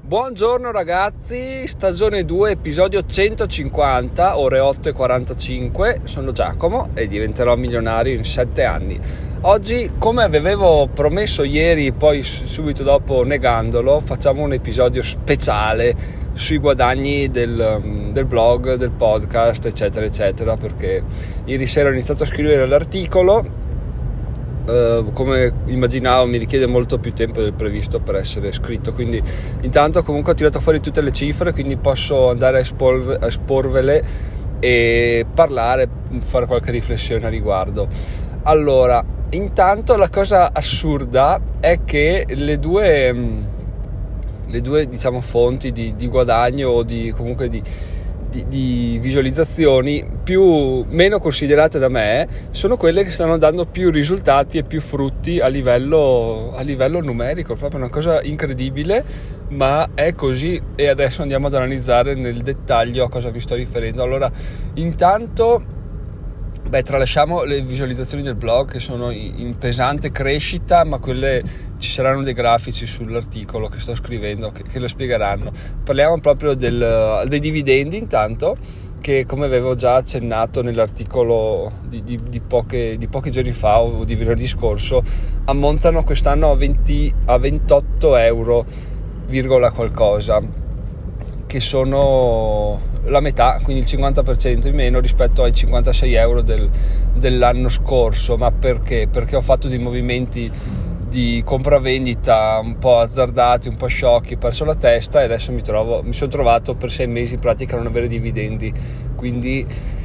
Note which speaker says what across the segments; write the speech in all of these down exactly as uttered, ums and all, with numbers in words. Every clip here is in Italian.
Speaker 1: Buongiorno ragazzi, stagione due, episodio centocinquanta, ore otto e quarantacinque. Sono Giacomo e diventerò milionario in sette anni. Oggi, come avevo promesso ieri, poi subito dopo negandolo, facciamo un episodio speciale sui guadagni del, del blog, del podcast, eccetera eccetera, perché ieri sera ho iniziato a scrivere l'articolo. Uh, come immaginavo mi richiede molto più tempo del previsto per essere scritto, quindi intanto comunque ho tirato fuori tutte le cifre, quindi posso andare a, espor- a esporvele e parlare, fare qualche riflessione a riguardo. Allora, intanto la cosa assurda è che le due le due diciamo fonti di, di guadagno o di comunque di Di, di visualizzazioni più meno considerate da me sono quelle che stanno dando più risultati e più frutti a livello a livello numerico. Proprio una cosa incredibile, ma è così. E adesso andiamo ad analizzare nel dettaglio a cosa vi sto riferendo. Allora, intanto beh, tralasciamo le visualizzazioni del blog che sono in pesante crescita, ma quelle ci saranno dei grafici sull'articolo che sto scrivendo che, che lo spiegheranno. Parliamo proprio del, dei dividendi, intanto, che come avevo già accennato nell'articolo di, di, di, poche, di pochi giorni fa o di venerdì scorso, ammontano quest'anno a, venti, a ventotto euro virgola qualcosa, che sono la metà, quindi il cinquanta per cento in meno rispetto ai cinquantasei euro del, dell'anno scorso. Ma perché? Perché ho fatto dei movimenti di compravendita un po' azzardati, un po' sciocchi, ho perso la testa e adesso mi trovo mi sono trovato per sei mesi in pratica a non avere dividendi, quindi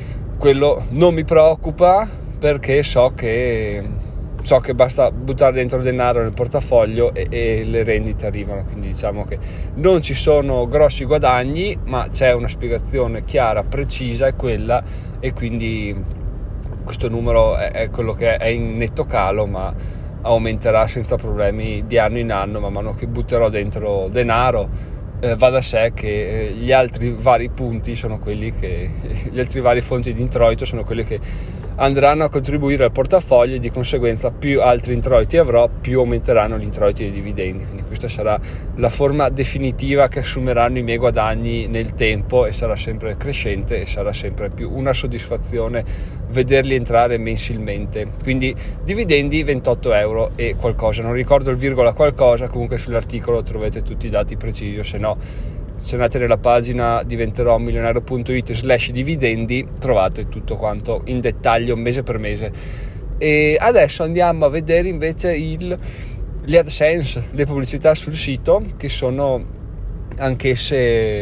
Speaker 1: quello non mi preoccupa, perché so che so che basta buttare dentro denaro nel portafoglio e, e le rendite arrivano. Quindi diciamo che non ci sono grossi guadagni, ma c'è una spiegazione chiara, precisa, è quella, e quindi questo numero è, è quello che è, è in netto calo, ma aumenterà senza problemi di anno in anno man mano che butterò dentro denaro. Eh, va da sé che eh, gli altri vari punti sono quelli che gli altri vari fonti di introito sono quelli che andranno a contribuire al portafoglio, e di conseguenza più altri introiti avrò, più aumenteranno gli introiti dei dividendi. Quindi questa sarà la forma definitiva che assumeranno i miei guadagni nel tempo, e sarà sempre crescente e sarà sempre più una soddisfazione vederli entrare mensilmente. Quindi dividendi ventotto euro e qualcosa, non ricordo il virgola qualcosa, comunque sull'articolo trovate tutti i dati precisi, o se no se andate nella pagina diventerò milionario punto it slash dividendi trovate tutto quanto in dettaglio mese per mese. E adesso andiamo a vedere invece il, le AdSense, le pubblicità sul sito, che sono anch'esse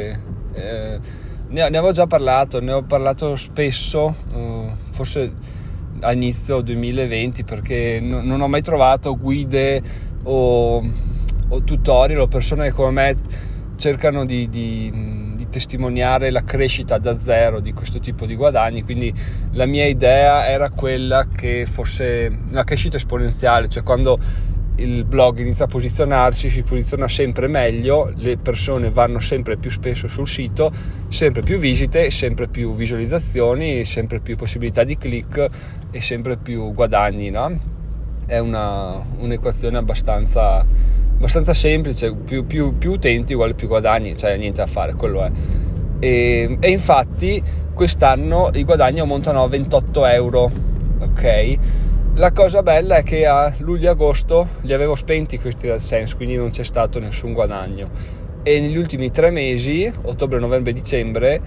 Speaker 1: eh, ne, ne avevo già parlato ne ho parlato spesso, eh, forse a inizio duemilaventi, perché no, non ho mai trovato guide o, o tutorial o persone che come me cercano di, di, di testimoniare la crescita da zero di questo tipo di guadagni. Quindi la mia idea era quella che fosse una crescita esponenziale, cioè quando il blog inizia a posizionarsi, si posiziona sempre meglio, le persone vanno sempre più spesso sul sito, sempre più visite, sempre più visualizzazioni, sempre più possibilità di click e sempre più guadagni, no? È una, un'equazione abbastanza abbastanza semplice, più, più, più utenti uguale più guadagni, cioè niente da fare, quello è. E, e infatti quest'anno i guadagni aumentano a ventotto euro, ok? La cosa bella è che a luglio e agosto li avevo spenti questi AdSense, quindi non c'è stato nessun guadagno, e negli ultimi tre mesi, ottobre, novembre e dicembre,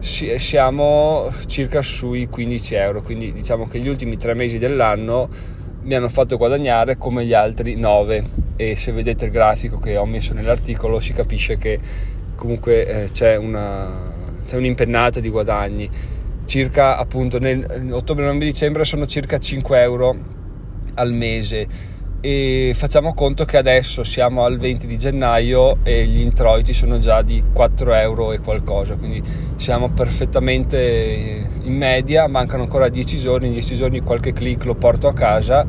Speaker 1: siamo circa sui quindici euro, quindi diciamo che gli ultimi tre mesi dell'anno mi hanno fatto guadagnare come gli altri nove, e se vedete il grafico che ho messo nell'articolo si capisce che comunque eh, c'è una c'è un'impennata di guadagni. Circa appunto nel ottobre, novembre, dicembre sono circa cinque euro al mese, e facciamo conto che adesso siamo al venti di gennaio e gli introiti sono già di quattro euro e qualcosa, quindi siamo perfettamente in media. Mancano ancora dieci giorni, in dieci giorni qualche click lo porto a casa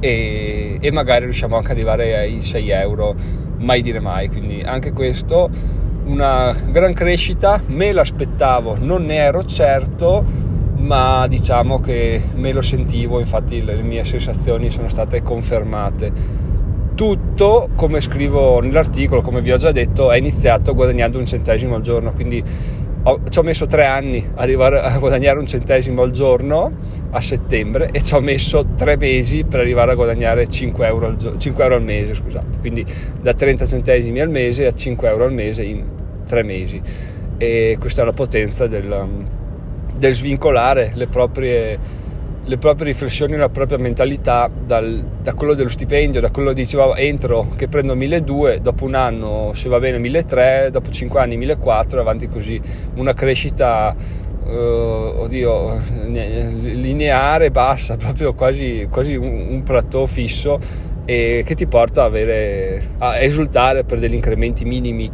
Speaker 1: e, e magari riusciamo anche ad arrivare ai sei euro, mai dire mai. Quindi anche questo una gran crescita, me l'aspettavo, non ne ero certo, ma diciamo che me lo sentivo, infatti le mie sensazioni sono state confermate. tutto, come scrivo nell'articolo, come vi ho già detto, è iniziato guadagnando un centesimo al giorno, quindi ho, ci ho messo tre anni a arrivare a guadagnare un centesimo al giorno a settembre, e ci ho messo tre mesi per arrivare a guadagnare cinque euro al, gio- cinque euro al mese, scusate, quindi da trenta centesimi al mese a cinque euro al mese in tre mesi. E questa è la potenza del, del svincolare le proprie le proprie riflessioni, la propria mentalità dal, da quello dello stipendio, da quello dicevo entro che prendo milleduecento, dopo un anno se va bene milletrecento, dopo cinque anni millequattrocento, avanti così, una crescita uh, oddio lineare, bassa, proprio quasi, quasi un, un plateau fisso, e che ti porta a, avere, a esultare per degli incrementi minimi.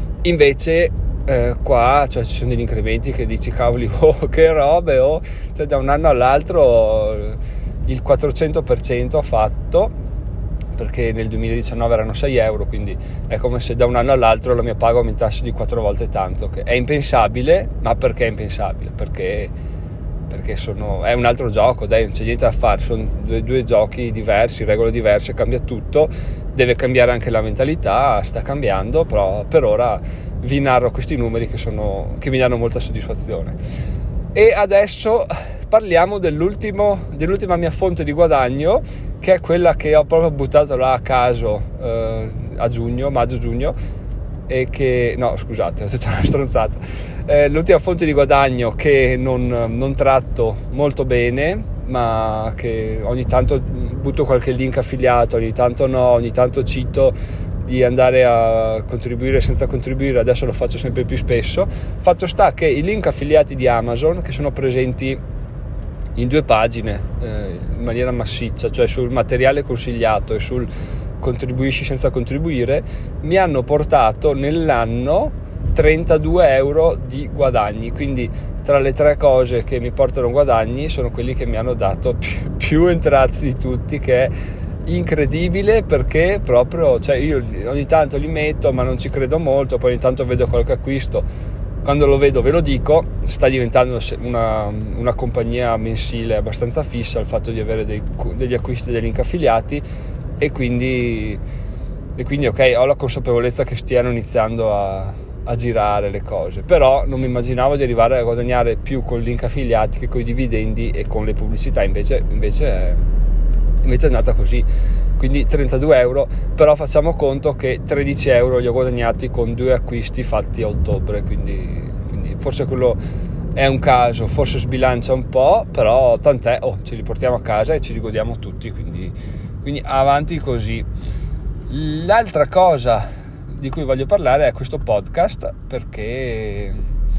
Speaker 1: Invece Eh, qua cioè, ci sono degli incrementi che dici cavoli, oh che robe, oh. Cioè, da un anno all'altro il quattrocento per cento ha fatto, perché nel duemiladiciannove erano sei euro, quindi è come se da un anno all'altro la mia paga aumentasse di quattro volte tanto, che è impensabile. Ma perché è impensabile? Perché, perché sono, è un altro gioco, dai, non c'è niente da fare, sono due, due giochi diversi, regole diverse, cambia tutto, deve cambiare anche la mentalità, sta cambiando, però per ora vi narro questi numeri che, sono, che mi danno molta soddisfazione. E adesso parliamo dell'ultimo, dell'ultima mia fonte di guadagno, che è quella che ho proprio buttato là a caso eh, a giugno, maggio-giugno, e che, no scusate, ho detto una stronzata, eh, l'ultima fonte di guadagno che non, non tratto molto bene, ma che ogni tanto butto qualche link affiliato, ogni tanto no, ogni tanto cito di andare a contribuire senza contribuire, adesso lo faccio sempre più spesso. Fatto sta che i link affiliati di Amazon, che sono presenti in due pagine eh, in maniera massiccia, cioè sul materiale consigliato e sul contribuisci senza contribuire, mi hanno portato nell'anno trentadue euro di guadagni. Quindi tra le tre cose che mi portano guadagni sono quelli che mi hanno dato più, più entrate di tutti, che è incredibile, perché proprio, cioè io ogni tanto li metto ma non ci credo molto, poi ogni tanto vedo qualche acquisto, quando lo vedo ve lo dico, sta diventando una, una compagnia mensile abbastanza fissa il fatto di avere dei, degli acquisti dei link affiliati, e quindi, e quindi ok, ho la consapevolezza che stiano iniziando a, a girare le cose, però non mi immaginavo di arrivare a guadagnare più con link affiliati che con i dividendi e con le pubblicità, invece, invece è invece è andata così. Quindi trentadue euro, però facciamo conto che tredici euro li ho guadagnati con due acquisti fatti a ottobre, quindi, quindi forse quello è un caso, forse sbilancia un po', però tant'è, oh, ce li portiamo a casa e ce li godiamo tutti, quindi, quindi avanti così. L'altra cosa di cui voglio parlare è questo podcast, perché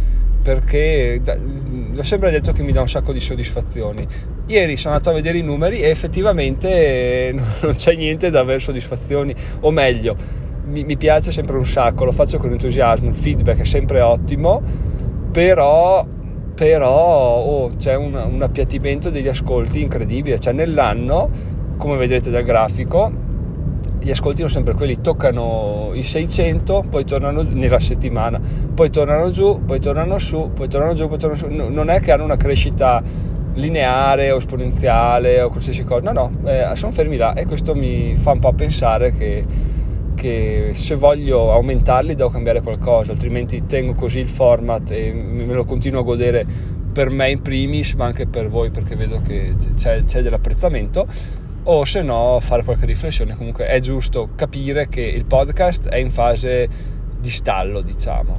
Speaker 1: perché ho sempre detto che mi dà un sacco di soddisfazioni. Ieri sono andato a vedere i numeri e effettivamente non c'è niente da avere soddisfazioni, o meglio, mi, mi piace sempre un sacco, lo faccio con entusiasmo, il feedback è sempre ottimo, però però oh, c'è un, un appiattimento degli ascolti incredibile, cioè nell'anno, come vedrete dal grafico, gli ascolti sono sempre quelli, toccano i seicento, poi tornano nella settimana, poi tornano giù, poi tornano su, poi tornano giù, poi tornano su. No, non è che hanno una crescita lineare o esponenziale o qualsiasi cosa, no, no, eh, sono fermi là, e questo mi fa un po' pensare che, che se voglio aumentarli devo cambiare qualcosa, altrimenti tengo così il format e me lo continuo a godere per me in primis, ma anche per voi, perché vedo che c'è, c'è dell'apprezzamento. O se no fare qualche riflessione. Comunque è giusto capire che il podcast è in fase di stallo, diciamo,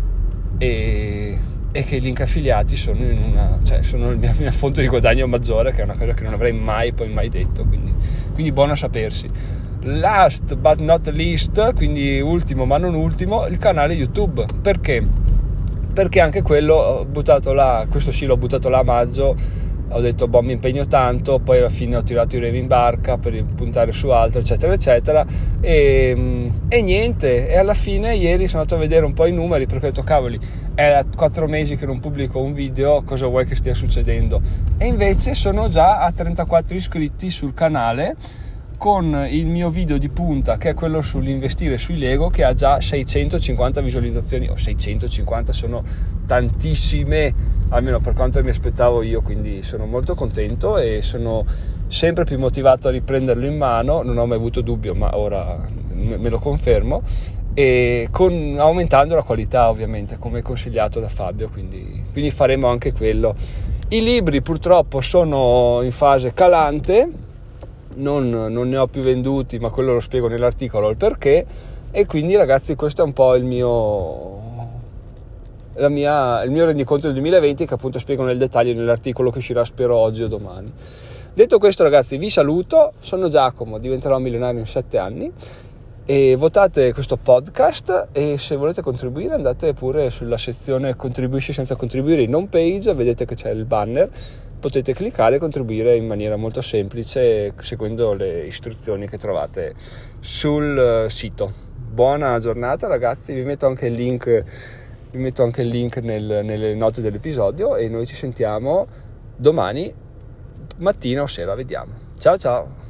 Speaker 1: e, e che i link affiliati sono in una, cioè sono la mia, mia fonte di guadagno maggiore, che è una cosa che non avrei mai poi mai detto, quindi, quindi buono a sapersi. Last but not least, quindi ultimo ma non ultimo, il canale YouTube. Perché? Perché anche quello ho buttato là, questo sì l'ho buttato là a maggio, ho detto boh, mi impegno tanto, poi alla fine ho tirato i remi in barca per puntare su altro, eccetera eccetera, e, e niente, e alla fine ieri sono andato a vedere un po' i numeri, perché ho detto cavoli, è da quattro mesi che non pubblico un video, cosa vuoi che stia succedendo? E invece sono già a trentaquattro iscritti sul canale, con il mio video di punta, che è quello sull'investire sui Lego, che ha già seicentocinquanta visualizzazioni, o seicentocinquanta sono tantissime, almeno per quanto mi aspettavo io, quindi sono molto contento e sono sempre più motivato a riprenderlo in mano, non ho mai avuto dubbio, ma ora me lo confermo, e con, aumentando la qualità ovviamente, come consigliato da Fabio, quindi, quindi faremo anche quello. I libri purtroppo sono in fase calante, non, non ne ho più venduti, ma quello lo spiego nell'articolo il perché, e quindi ragazzi questo è un po' il mio la mia, il mio rendiconto del duemilaventi, che appunto spiego nel dettaglio nell'articolo che uscirà spero oggi o domani. Detto questo ragazzi, vi saluto, sono Giacomo, diventerò milionario in sette anni, e votate questo podcast, e se volete contribuire andate pure sulla sezione contribuisci senza contribuire in home page, vedete che c'è il banner, potete cliccare e contribuire in maniera molto semplice seguendo le istruzioni che trovate sul sito. Buona giornata ragazzi, vi metto anche il link vi metto anche il link nel, nelle note dell'episodio, e noi ci sentiamo domani mattina o sera, vediamo. Ciao ciao.